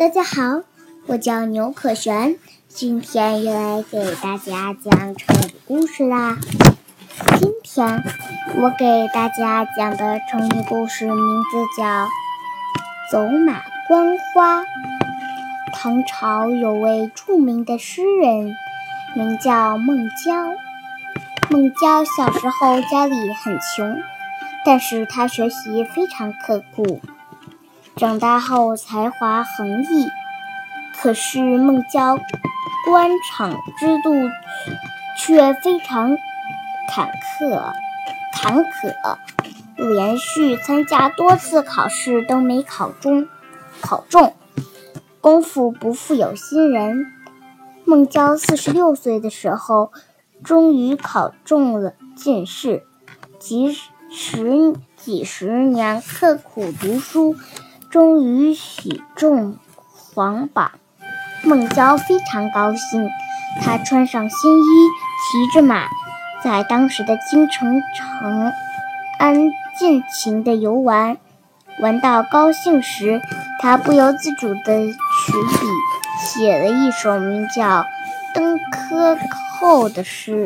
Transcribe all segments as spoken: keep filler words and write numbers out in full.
大家好，我叫牛可璇，今天又来给大家讲成语故事啦。今天我给大家讲的成语故事名字叫走马观花。唐朝有位著名的诗人，名叫孟郊。孟郊小时候家里很穷，但是他学习非常刻苦，长大后才华横溢。可是孟郊官场之路却非常坎坷坎坷，连续参加多次考试都没考中考中功夫不负有心人，孟郊四十六岁的时候终于考中了进士，几十几十年刻苦读书，终于喜中皇榜。孟郊非常高兴，他穿上新衣，骑着马，在当时的京城长安尽情地游玩。玩到高兴时，他不由自主地取笔写了一首名叫《登科后》的诗。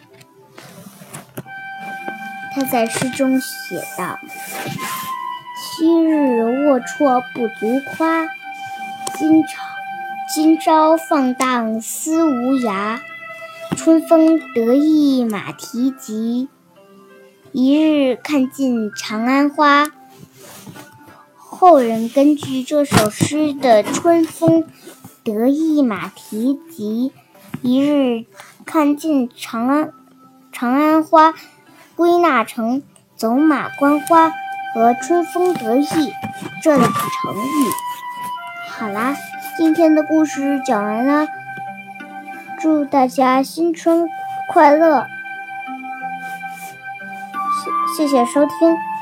他在诗中写道：昔日龌龊不足夸，今朝今朝放荡思无涯。春风得意马蹄疾，一日看尽长安花。后人根据这首诗的春风得意马蹄疾，一日看尽长安长安花归纳成走马观花和春风得意这两个成语。好啦，今天的故事讲完了，祝大家新春快乐，谢谢收听。